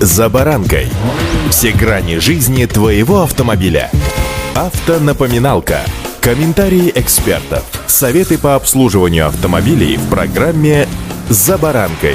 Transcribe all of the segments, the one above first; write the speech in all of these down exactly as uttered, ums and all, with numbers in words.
«За баранкой». Все грани жизни твоего автомобиля. Автонапоминалка. Комментарии экспертов. Советы по обслуживанию автомобилей в программе «За баранкой».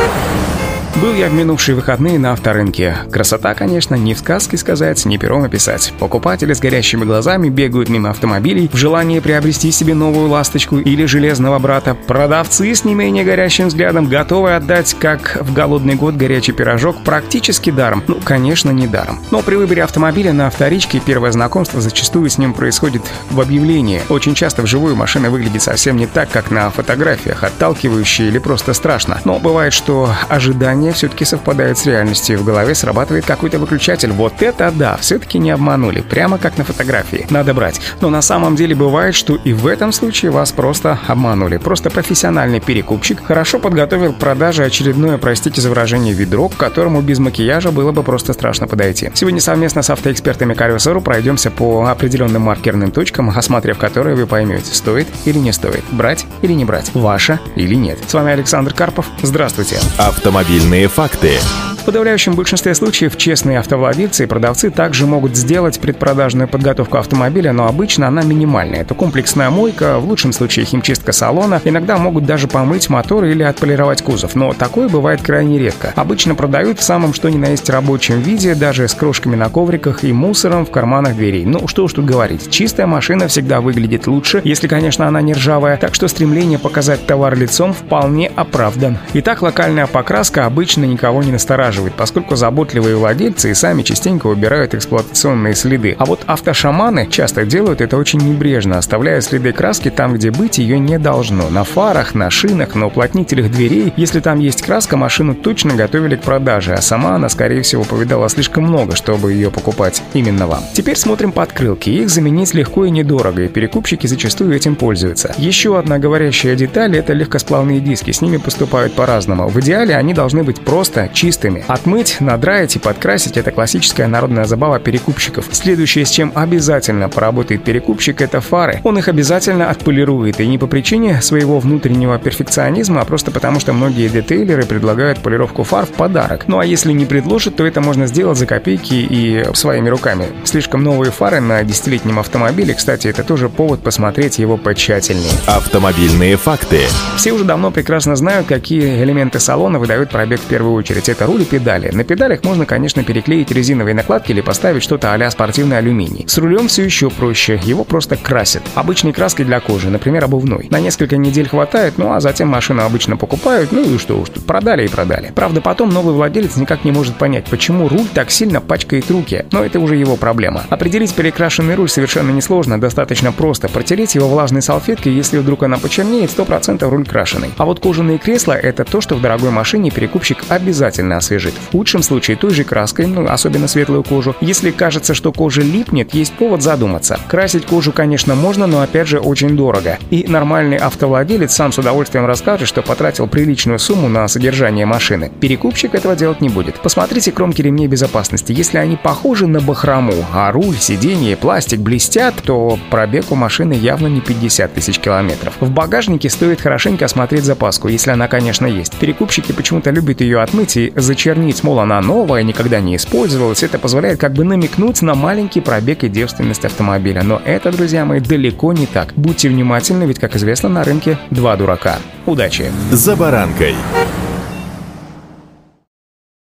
Был я в минувшие выходные на авторынке. Красота, конечно, не в сказке сказать, не пером описать. Покупатели с горящими глазами бегают мимо автомобилей в желании приобрести себе новую ласточку или железного брата. Продавцы с не менее горящим взглядом готовы отдать, как в голодный год, горячий пирожок практически даром. Ну, конечно, не даром. Но при выборе автомобиля на авторичке первое знакомство зачастую с ним происходит в объявлении. Очень часто вживую машина выглядит совсем не так, как на фотографиях, отталкивающе или просто страшно. Но бывает, что ожидания все-таки совпадает с реальностью, в голове срабатывает какой-то выключатель. Вот это да, все-таки не обманули, прямо как на фотографии. Надо брать. Но на самом деле бывает, что и в этом случае вас просто обманули. Просто профессиональный перекупщик хорошо подготовил к продаже очередное, простите за выражение, ведро, к которому без макияжа было бы просто страшно подойти. Сегодня совместно с автоэкспертами Колеса.ру пройдемся по определенным маркерным точкам, осмотрев которые вы поймете, стоит или не стоит, брать или не брать, ваше или нет. С вами Александр Карпов. Здравствуйте. Автомобильные факты. В подавляющем большинстве случаев честные автовладельцы и продавцы также могут сделать предпродажную подготовку автомобиля, но обычно она минимальная. Это комплексная мойка, в лучшем случае химчистка салона, иногда могут даже помыть мотор или отполировать кузов, но такое бывает крайне редко. Обычно продают в самом что ни на есть рабочем виде, даже с крошками на ковриках и мусором в карманах дверей. Ну что уж тут говорить, чистая машина всегда выглядит лучше, если, конечно, она не ржавая, так что стремление показать товар лицом вполне оправдан. Итак, локальная покраска обычно никого не настораживает, поскольку заботливые владельцы и сами частенько убирают эксплуатационные следы. А вот автошаманы часто делают это очень небрежно, оставляя следы краски там, где быть ее не должно. На фарах, на шинах, на уплотнителях дверей. Если там есть краска, машину точно готовили к продаже, а сама она, скорее всего, повидала слишком много, чтобы ее покупать именно вам. Теперь смотрим подкрылки. Их заменить легко и недорого, и перекупщики зачастую этим пользуются. Еще одна говорящая деталь — это легкосплавные диски. С ними поступают по-разному. В идеале они должны быть просто чистыми. Отмыть, надраить и подкрасить — это классическая народная забава перекупщиков. Следующее, с чем обязательно поработает перекупщик, это фары. Он их обязательно отполирует, и не по причине своего внутреннего перфекционизма, а просто потому, что многие детейлеры предлагают полировку фар в подарок. Ну а если не предложат, то это можно сделать за копейки и своими руками. Слишком новые фары на десятилетнем автомобиле, кстати, это тоже повод посмотреть его потщательнее. Автомобильные факты. Все уже давно прекрасно знают, какие элементы салона выдают пробег в первую очередь. Это руль и педали. На педалях можно, конечно, переклеить резиновые накладки или поставить что-то а-ля спортивный алюминий. С рулем все еще проще, его просто красят. Обычной краской для кожи, например, обувной. На несколько недель хватает, ну а затем машину обычно покупают, ну и что уж тут, продали и продали. Правда, потом новый владелец никак не может понять, почему руль так сильно пачкает руки, но это уже его проблема. Определить перекрашенный руль совершенно несложно, достаточно просто протереть его влажной салфеткой, если вдруг она почернеет, сто процентов руль крашеный. А вот кожаные кресла — это то, что в дорогой машине перекупщик обязательно освежит. В худшем случае той же краской, ну, особенно светлую кожу. Если кажется, что кожа липнет, есть повод задуматься. Красить кожу, конечно, можно, но опять же очень дорого. И нормальный автовладелец сам с удовольствием расскажет, что потратил приличную сумму на содержание машины. Перекупщик этого делать не будет. Посмотрите кромки ремней безопасности. Если они похожи на бахрому, а руль, сиденье и пластик блестят, то пробег у машины явно не пятьдесят тысяч километров. В багажнике стоит хорошенько осмотреть запаску, если она, конечно, есть. Перекупщики почему-то любят ее отмыть и зачернить, мол, она новая, никогда не использовалась. Это позволяет как бы намекнуть на маленький пробег и девственность автомобиля. Но это, друзья мои, далеко не так. Будьте внимательны, ведь, как известно, на рынке два дурака. Удачи! За баранкой.